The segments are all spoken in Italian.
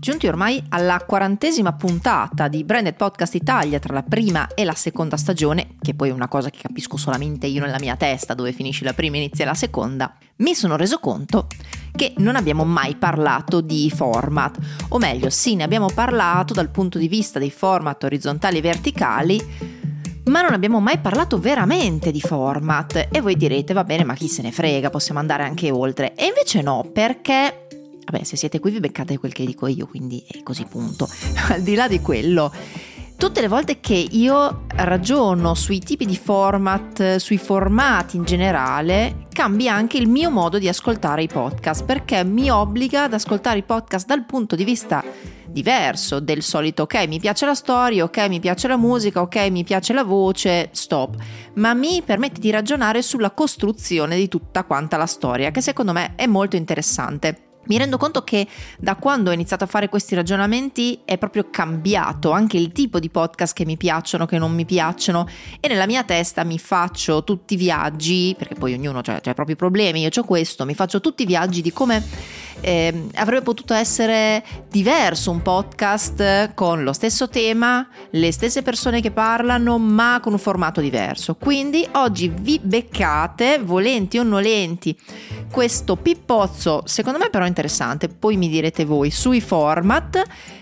Giunti ormai alla 40ª puntata di Branded Podcast Italia, tra la prima e la seconda stagione, che poi è una cosa che capisco solamente io nella mia testa, dove finisce la prima e inizia la seconda, mi sono reso conto che non abbiamo mai parlato di format, o meglio, sì, ne abbiamo parlato dal punto di vista dei format orizzontali e verticali, ma non abbiamo mai parlato veramente di format. E voi direte, va bene, ma chi se ne frega, possiamo andare anche oltre. E invece no, perché vabbè, se siete qui vi beccate quel che dico io, quindi è così, punto. Al di là di quello, tutte le volte che io ragiono sui tipi di format, sui formati in generale, cambia anche il mio modo di ascoltare i podcast, perché mi obbliga ad ascoltare i podcast dal punto di vista diverso del solito. Ok, mi piace la storia, ok, mi piace la musica, ok, mi piace la voce, stop, ma mi permette di ragionare sulla costruzione di tutta quanta la storia, che secondo me è molto interessante. Mi rendo conto che da quando ho iniziato a fare questi ragionamenti è proprio cambiato anche il tipo di podcast che mi piacciono, che non mi piacciono, e nella mia testa mi faccio tutti i viaggi, perché poi ognuno ha i propri problemi, io ho questo, mi faccio tutti i viaggi di come avrebbe potuto essere diverso un podcast con lo stesso tema, le stesse persone che parlano, ma con un formato diverso. Quindi oggi vi beccate, volenti o nolenti, questo pippozzo, secondo me però interessante, poi mi direte voi, sui format.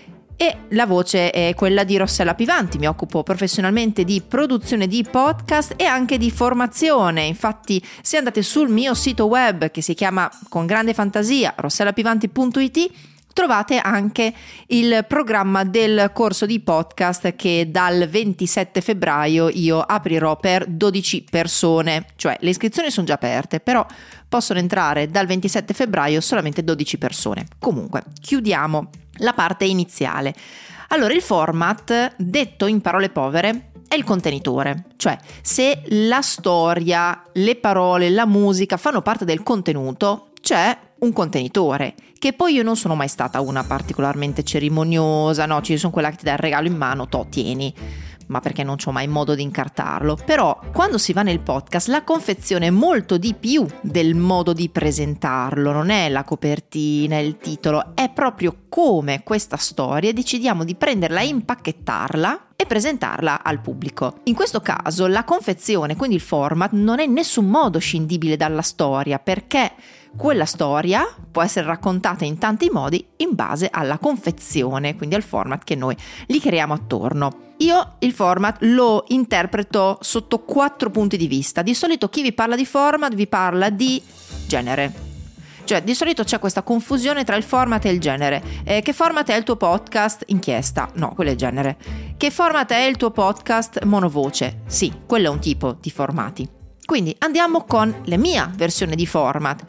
E la voce è quella di Rossella Pivanti, mi occupo professionalmente di produzione di podcast e anche di formazione. Infatti, se andate sul mio sito web, che si chiama con grande fantasia rossellapivanti.it, trovate anche il programma del corso di podcast che dal 27 febbraio io aprirò per 12 persone, cioè le iscrizioni sono già aperte, però possono entrare dal 27 febbraio solamente 12 persone. Comunque, chiudiamo la parte iniziale. Allora, il format, detto in parole povere, è il contenitore, cioè se la storia, le parole, la musica fanno parte del contenuto, c'è un contenitore, che poi io non sono mai stata una particolarmente cerimoniosa, no, ci sono quella che ti dà il regalo in mano, tieni, ma perché non c'ho mai modo di incartarlo. Però quando si va nel podcast la confezione è molto di più del modo di presentarlo, non è la copertina, il titolo, è proprio come questa storia decidiamo di prenderla e impacchettarla e presentarla al pubblico. In questo caso la confezione, quindi il format, non è in nessun modo scindibile dalla storia, perché quella storia può essere raccontata in tanti modi in base alla confezione, quindi al format che noi gli creiamo attorno. Io il format lo interpreto sotto 4 punti di vista. Di solito chi vi parla di format vi parla di genere. Cioè, di solito c'è questa confusione tra il format e il genere. Che format è il tuo podcast? Inchiesta. No, quello è genere. Che format è il tuo podcast? Monovoce. Sì, quello è un tipo di formati. Quindi andiamo con la mia versione di format.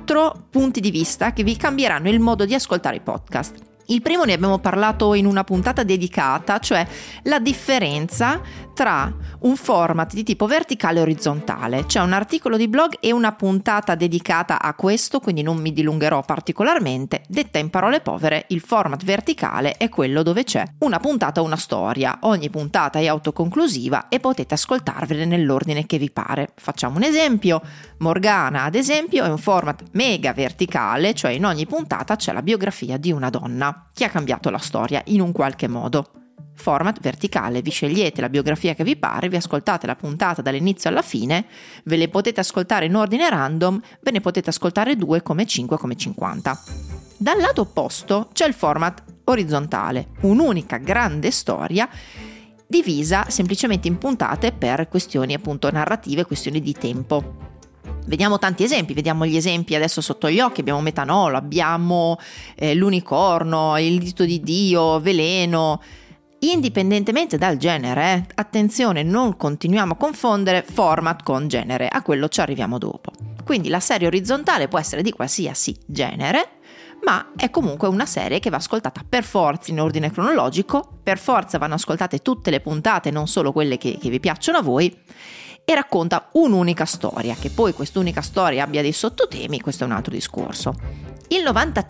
4 punti di vista che vi cambieranno il modo di ascoltare i podcast. Il primo ne abbiamo parlato in una puntata dedicata, cioè la differenza tra un format di tipo verticale e orizzontale. C'è un articolo di blog e una puntata dedicata a questo, quindi non mi dilungherò particolarmente. Detta in parole povere, il format verticale è quello dove c'è una puntata o una storia. Ogni puntata è autoconclusiva e potete ascoltarvele nell'ordine che vi pare. Facciamo un esempio. Morgana, ad esempio, è un format mega verticale, cioè in ogni puntata c'è la biografia di una donna che ha cambiato la storia in un qualche modo. Format verticale, vi scegliete la biografia che vi pare, vi ascoltate la puntata dall'inizio alla fine, ve le potete ascoltare in ordine random, ve ne potete ascoltare 2 come 5 come 50. Dal lato opposto c'è il format orizzontale, un'unica grande storia divisa semplicemente in puntate per questioni appunto narrative, questioni di tempo. Vediamo tanti esempi, vediamo gli esempi adesso sotto gli occhi. Abbiamo Metanolo, abbiamo l'Unicorno, Il dito di Dio, Veleno. Indipendentemente dal genere, attenzione, non continuiamo a confondere format con genere, a quello ci arriviamo dopo. Quindi la serie orizzontale può essere di qualsiasi genere, ma è comunque una serie che va ascoltata per forza in ordine cronologico, per forza vanno ascoltate tutte le puntate, non solo quelle che vi piacciono a voi, e racconta un'unica storia. Che poi quest'unica storia abbia dei sottotemi, questo è un altro discorso. Il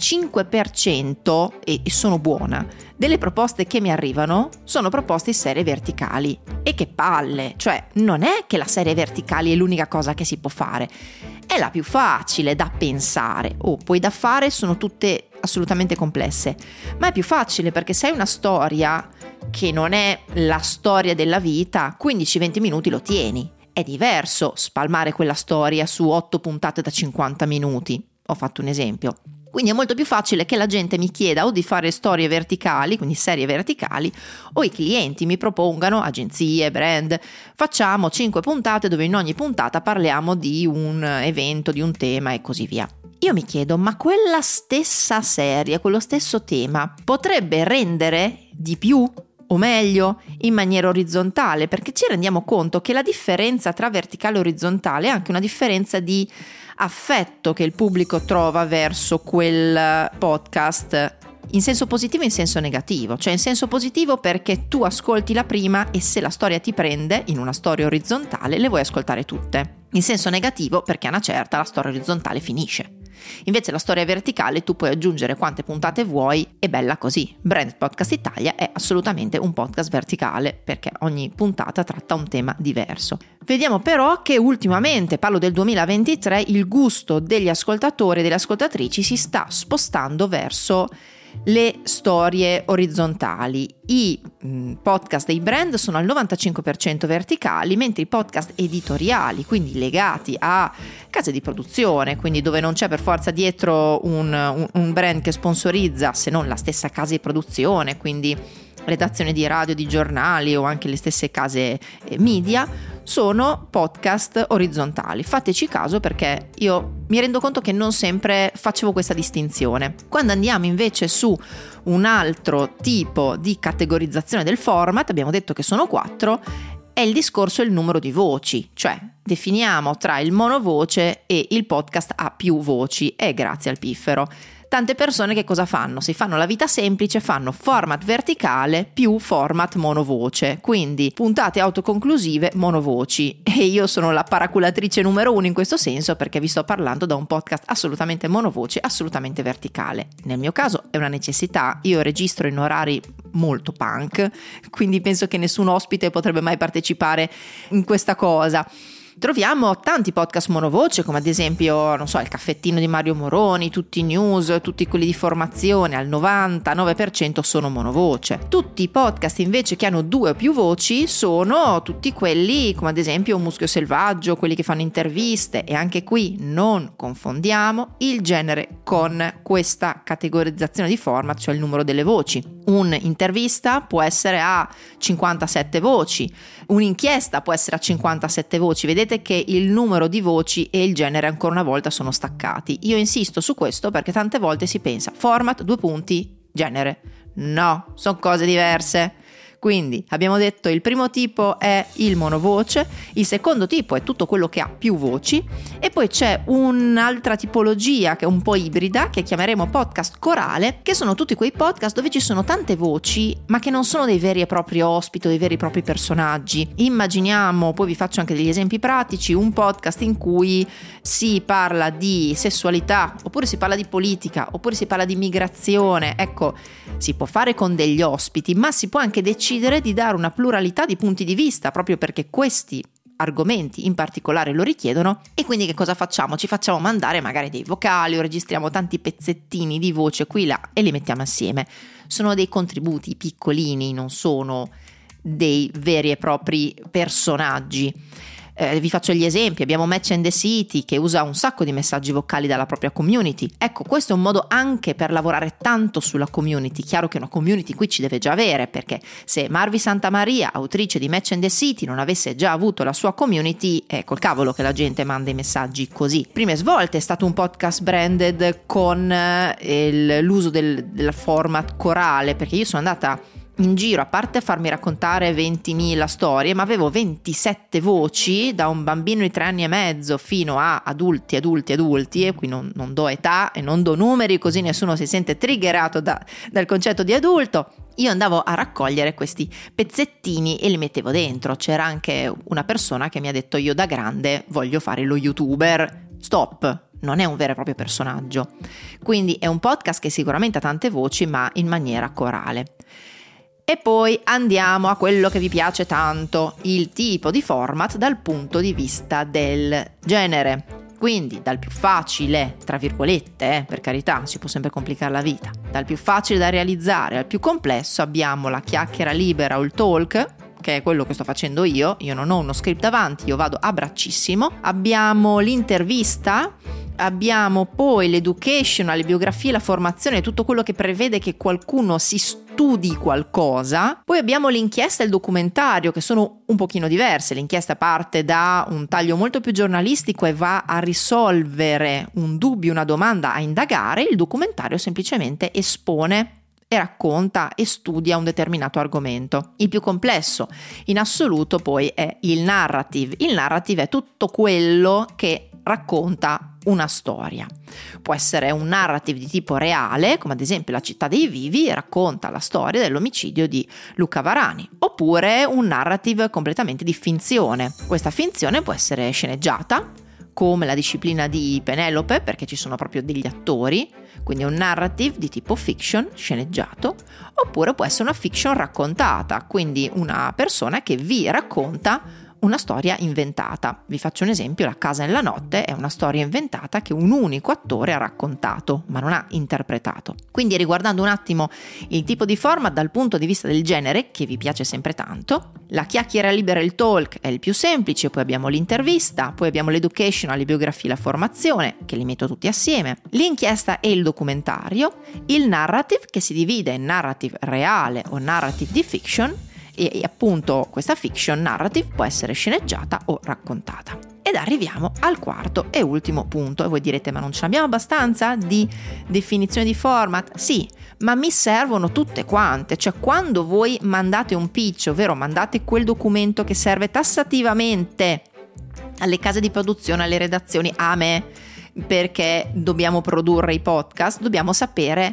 95%, e sono buona, delle proposte che mi arrivano sono proposte in serie verticali. E che palle! Cioè, non è che la serie verticali è l'unica cosa che si può fare, è la più facile da pensare. Poi da fare sono tutte assolutamente complesse, ma è più facile perché se hai una storia che non è la storia della vita, 15-20 minuti lo tieni. È diverso spalmare quella storia su 8 puntate da 50 minuti. Ho fatto un esempio. Quindi è molto più facile che la gente mi chieda o di fare storie verticali, quindi serie verticali, o i clienti mi propongano, agenzie, brand, facciamo 5 puntate dove in ogni puntata parliamo di un evento, di un tema e così via. Io mi chiedo, ma quella stessa serie, quello stesso tema, potrebbe rendere di più o meglio in maniera orizzontale? Perché ci rendiamo conto che la differenza tra verticale e orizzontale è anche una differenza di affetto che il pubblico trova verso quel podcast, in senso positivo e in senso negativo. Cioè in senso positivo perché tu ascolti la prima e se la storia ti prende in una storia orizzontale le vuoi ascoltare tutte. In senso negativo perché a una certa la storia orizzontale finisce. Invece la storia verticale tu puoi aggiungere quante puntate vuoi, è bella così. Branded Podcast Italia è assolutamente un podcast verticale perché ogni puntata tratta un tema diverso. Vediamo però che ultimamente, parlo del 2023, il gusto degli ascoltatori e delle ascoltatrici si sta spostando verso le storie orizzontali. I podcast dei brand sono al 95% verticali, mentre i podcast editoriali, quindi legati a case di produzione, quindi dove non c'è per forza dietro un brand che sponsorizza, se non la stessa casa di produzione, quindi redazione di radio, di giornali o anche le stesse case media, sono podcast orizzontali. Fateci caso perché io mi rendo conto che non sempre facevo questa distinzione. Quando andiamo invece su un altro tipo di categorizzazione del format, abbiamo detto che sono 4, è il discorso il numero di voci, cioè definiamo tra il monovoce e il podcast a più voci, e grazie al piffero. Tante persone che cosa fanno? Si fanno la vita semplice, fanno format verticale più format monovoce, quindi puntate autoconclusive monovoci, e io sono la paraculatrice numero 1 in questo senso perché vi sto parlando da un podcast assolutamente monovoce, assolutamente verticale. Nel mio caso è una necessità, io registro in orari molto punk, quindi penso che nessun ospite potrebbe mai partecipare in questa cosa. Troviamo tanti podcast monovoce, come ad esempio, non so, il caffettino di Mario Moroni, tutti i news, tutti quelli di formazione, al 99% sono monovoce. Tutti i podcast invece che hanno 2 o più voci sono tutti quelli, come ad esempio Muschio Selvaggio, quelli che fanno interviste, e anche qui non confondiamo il genere con questa categorizzazione di format, cioè il numero delle voci. Un'intervista può essere a 57 voci, un'inchiesta può essere a 57 voci. Vedete che il numero di voci e il genere ancora una volta sono staccati. Io insisto su questo perché tante volte si pensa format, 2 punti, genere. No, sono cose diverse. Quindi abbiamo detto il primo tipo è il monovoce, il secondo tipo è tutto quello che ha più voci, e poi c'è un'altra tipologia che è un po' ibrida, che chiameremo podcast corale, che sono tutti quei podcast dove ci sono tante voci ma che non sono dei veri e propri ospiti o dei veri e propri personaggi. Immaginiamo, poi vi faccio anche degli esempi pratici, un podcast in cui si parla di sessualità, oppure si parla di politica, oppure si parla di migrazione. Ecco, si può fare con degli ospiti, ma si può anche decidere di dare una pluralità di punti di vista proprio perché questi argomenti in particolare lo richiedono. E quindi che cosa facciamo? Ci facciamo mandare magari dei vocali o registriamo tanti pezzettini di voce qui là e li mettiamo assieme. Sono dei contributi piccolini, non sono dei veri e propri personaggi. Vi faccio gli esempi. Abbiamo Match and the City che usa un sacco di messaggi vocali dalla propria community. Ecco, questo è un modo anche per lavorare tanto sulla community. Chiaro che una community qui ci deve già avere, perché se Marvi Santamaria, autrice di Match and the City, non avesse già avuto la sua community, è col cavolo che la gente manda i messaggi così. Prime svolte è stato un podcast branded con l'uso del format corale, perché io sono andata in giro, a parte a farmi raccontare 20.000 storie, ma avevo 27 voci, da un bambino di 3 anni e mezzo fino a adulti, e qui non do età e non do numeri, così nessuno si sente triggerato dal concetto di adulto. Io andavo a raccogliere questi pezzettini e li mettevo dentro. C'era anche una persona che mi ha detto: io da grande voglio fare lo youtuber. Stop, non è un vero e proprio personaggio. Quindi è un podcast che sicuramente ha tante voci, ma in maniera corale. E poi andiamo a quello che vi piace tanto, il tipo di format dal punto di vista del genere. Quindi dal più facile, tra virgolette, per carità, si può sempre complicare la vita, dal più facile da realizzare al più complesso abbiamo la chiacchiera libera o il talk, che è quello che sto facendo io non ho uno script davanti, io vado a braccissimo. Abbiamo l'intervista, abbiamo poi l'educational, le biografie, la formazione, tutto quello che prevede che qualcuno si studi qualcosa. Poi abbiamo l'inchiesta e il documentario, che sono un pochino diverse. L'inchiesta parte da un taglio molto più giornalistico e va a risolvere un dubbio, una domanda, a indagare. Il documentario semplicemente espone e racconta e studia un determinato argomento. Il più complesso in assoluto poi è il narrative. Il narrative è tutto quello che racconta una storia. Può essere un narrative di tipo reale, come ad esempio La città dei vivi racconta la storia dell'omicidio di Luca Varani, oppure un narrative completamente di finzione. Questa finzione può essere sceneggiata, come la disciplina di Penelope, perché ci sono proprio degli attori, quindi è un narrative di tipo fiction sceneggiato, oppure può essere una fiction raccontata, quindi una persona che vi racconta una storia inventata. Vi faccio un esempio: La casa nella notte è una storia inventata che un unico attore ha raccontato, ma non ha interpretato. Quindi, riguardando un attimo il tipo di format dal punto di vista del genere, che vi piace sempre tanto, la chiacchiera libera e il talk è il più semplice, poi abbiamo l'intervista, poi abbiamo l'educational, le biografie e la formazione, che li metto tutti assieme, l'inchiesta e il documentario, il narrative, che si divide in narrative reale o narrative di fiction, e appunto questa fiction narrative può essere sceneggiata o raccontata. Ed arriviamo al quarto e ultimo punto, e voi direte: ma non ce n'abbiamo abbastanza di definizione di format? Sì, ma mi servono tutte quante. Cioè, quando voi mandate un pitch, ovvero mandate quel documento che serve tassativamente alle case di produzione, alle redazioni, a me, perché dobbiamo produrre i podcast, dobbiamo sapere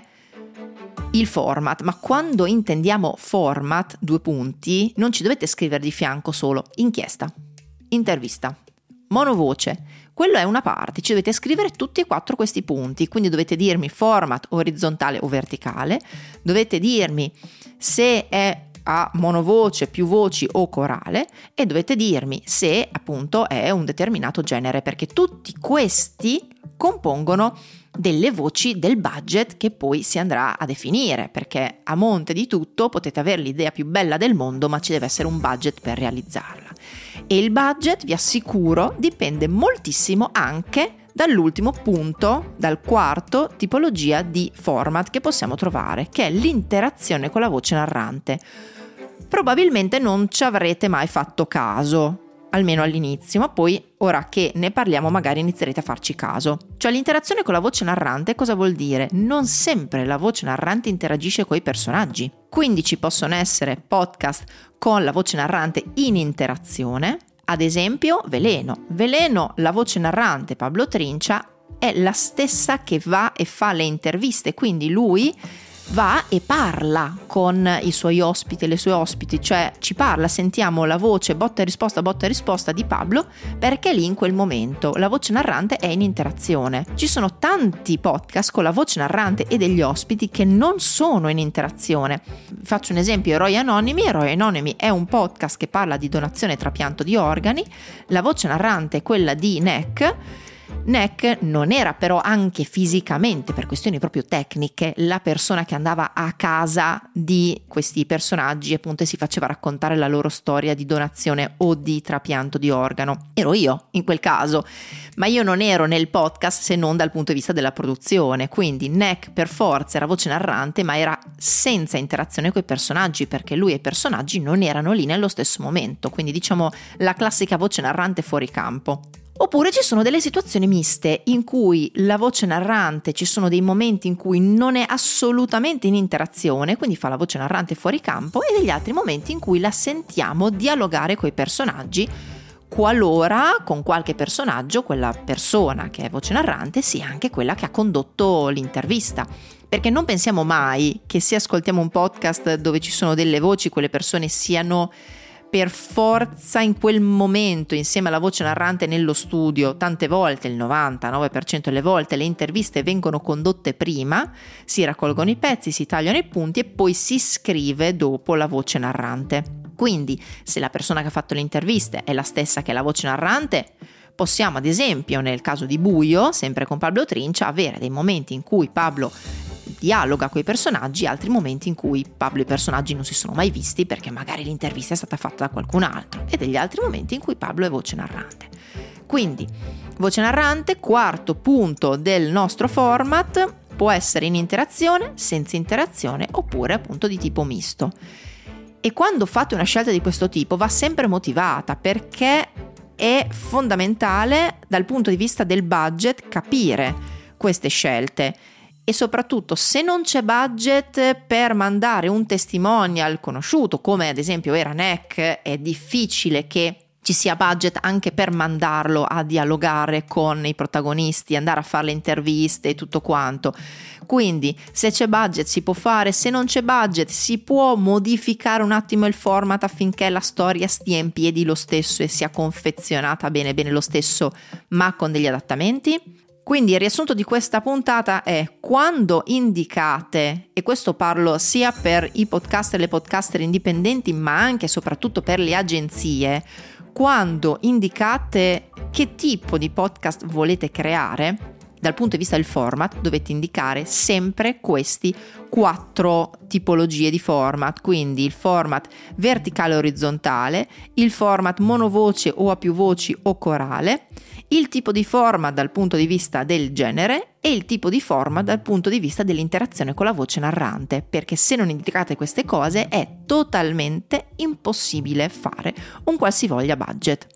il format. Ma quando intendiamo format, due punti, non ci dovete scrivere di fianco solo inchiesta, intervista, monovoce. Quello è una parte, ci dovete scrivere tutti e quattro questi punti. Quindi dovete dirmi format orizzontale o verticale, dovete dirmi se è a monovoce, più voci o corale, e dovete dirmi se appunto è un determinato genere, perché tutti questi compongono delle voci del budget che poi si andrà a definire, perché a monte di tutto potete avere l'idea più bella del mondo, ma ci deve essere un budget per realizzarla. E il budget, vi assicuro, dipende moltissimo anche dall'ultimo punto, dal quarto tipologia di format che possiamo trovare, che è l'interazione con la voce narrante. Probabilmente non ci avrete mai fatto caso, almeno all'inizio, ma poi ora che ne parliamo magari inizierete a farci caso. Cioè, l'interazione con la voce narrante cosa vuol dire? Non sempre la voce narrante interagisce con i personaggi. Quindi ci possono essere podcast con la voce narrante in interazione, ad esempio Veleno, la voce narrante Pablo Trincia è la stessa che va e fa le interviste, quindi lui va e parla con i suoi ospiti e le sue ospiti, cioè ci parla, sentiamo la voce botta e risposta di Pablo, perché lì in quel momento la voce narrante è in interazione. Ci sono tanti podcast con la voce narrante e degli ospiti che non sono in interazione. Faccio un esempio: Eroi Anonimi è un podcast che parla di donazione e trapianto di organi, la voce narrante è quella di NEC non era però anche fisicamente, per questioni proprio tecniche, la persona che andava a casa di questi personaggi appunto e si faceva raccontare la loro storia di donazione o di trapianto di organo. Ero io in quel caso, ma io non ero nel podcast se non dal punto di vista della produzione, quindi NEC per forza era voce narrante, ma era senza interazione con i personaggi, perché lui e i personaggi non erano lì nello stesso momento, quindi diciamo la classica voce narrante fuori campo. Oppure ci sono delle situazioni miste in cui la voce narrante, ci sono dei momenti in cui non è assolutamente in interazione, quindi fa la voce narrante fuori campo, e degli altri momenti in cui la sentiamo dialogare coi personaggi, qualora con qualche personaggio quella persona che è voce narrante sia anche quella che ha condotto l'intervista. Perché non pensiamo mai che se ascoltiamo un podcast dove ci sono delle voci, quelle persone siano per forza in quel momento insieme alla voce narrante nello studio. Tante volte, il 99% delle volte, le interviste vengono condotte prima, si raccolgono i pezzi, si tagliano i punti e poi si scrive dopo la voce narrante. Quindi se la persona che ha fatto le interviste è la stessa che la voce narrante, possiamo ad esempio nel caso di Buio, sempre con Pablo Trincia, avere dei momenti in cui Pablo dialoga con i personaggi, altri momenti in cui Pablo e i personaggi non si sono mai visti perché magari l'intervista è stata fatta da qualcun altro, e degli altri momenti in cui Pablo è voce narrante. Quindi voce narrante, quarto punto del nostro format, può essere in interazione, senza interazione oppure appunto di tipo misto. E quando fate una scelta di questo tipo va sempre motivata, perché è fondamentale dal punto di vista del budget capire queste scelte. E soprattutto se non c'è budget per mandare un testimonial conosciuto, come ad esempio era Neck, è difficile che ci sia budget anche per mandarlo a dialogare con i protagonisti, andare a fare le interviste e tutto quanto. Quindi se c'è budget si può fare, se non c'è budget si può modificare un attimo il format affinché la storia stia in piedi lo stesso e sia confezionata bene lo stesso, ma con degli adattamenti. Quindi il riassunto di questa puntata è: quando indicate, e questo parlo sia per i podcaster e le podcaster indipendenti ma anche e soprattutto per le agenzie, quando indicate che tipo di podcast volete creare, dal punto di vista del format dovete indicare sempre questi 4 tipologie di format, quindi il format verticale o orizzontale, il format monovoce o a più voci o corale, il tipo di format dal punto di vista del genere e il tipo di format dal punto di vista dell'interazione con la voce narrante, perché se non indicate queste cose è totalmente impossibile fare un qualsivoglia budget.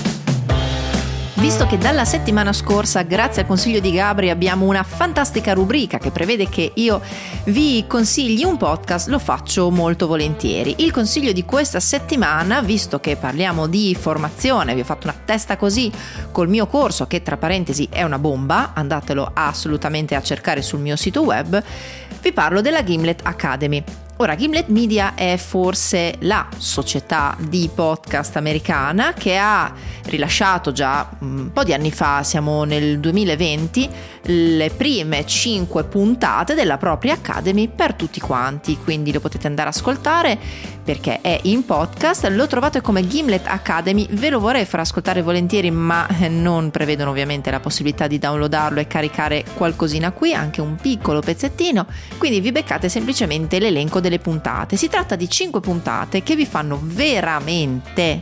Visto che dalla settimana scorsa, grazie al consiglio di Gabri, abbiamo una fantastica rubrica che prevede che io vi consigli un podcast, lo faccio molto volentieri. Il consiglio di questa settimana, visto che parliamo di formazione, vi ho fatto una testa così col mio corso, che tra parentesi è una bomba, andatelo assolutamente a cercare sul mio sito web, vi parlo della Gimlet Academy. Ora, Gimlet Media è forse la società di podcast americana che ha rilasciato già un po' di anni fa, siamo nel 2020, le prime 5 puntate della propria Academy per tutti quanti, quindi lo potete andare ad ascoltare perché è in podcast, lo trovate come Gimlet Academy, ve lo vorrei far ascoltare volentieri ma non prevedono ovviamente la possibilità di downloadarlo e caricare qualcosina qui, anche un piccolo pezzettino, quindi vi beccate semplicemente l'elenco delle puntate. Si tratta di 5 puntate che vi fanno veramente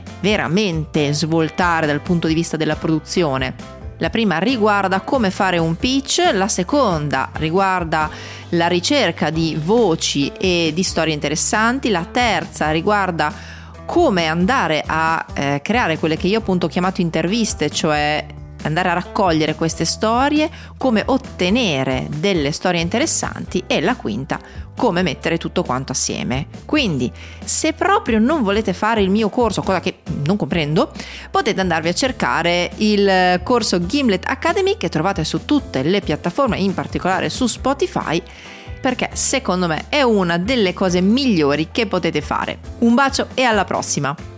svoltare dal punto di vista della produzione. La prima riguarda come fare un pitch, la seconda riguarda la ricerca di voci e di storie interessanti, la terza riguarda come andare a creare quelle che io appunto ho chiamato interviste, cioè andare a raccogliere queste storie, come ottenere delle storie interessanti, e la quinta, come mettere tutto quanto assieme. Quindi, se proprio non volete fare il mio corso, cosa che non comprendo, potete andarvi a cercare il corso Gimlet Academy che trovate su tutte le piattaforme, in particolare su Spotify, perché secondo me è una delle cose migliori che potete fare. Un bacio e alla prossima!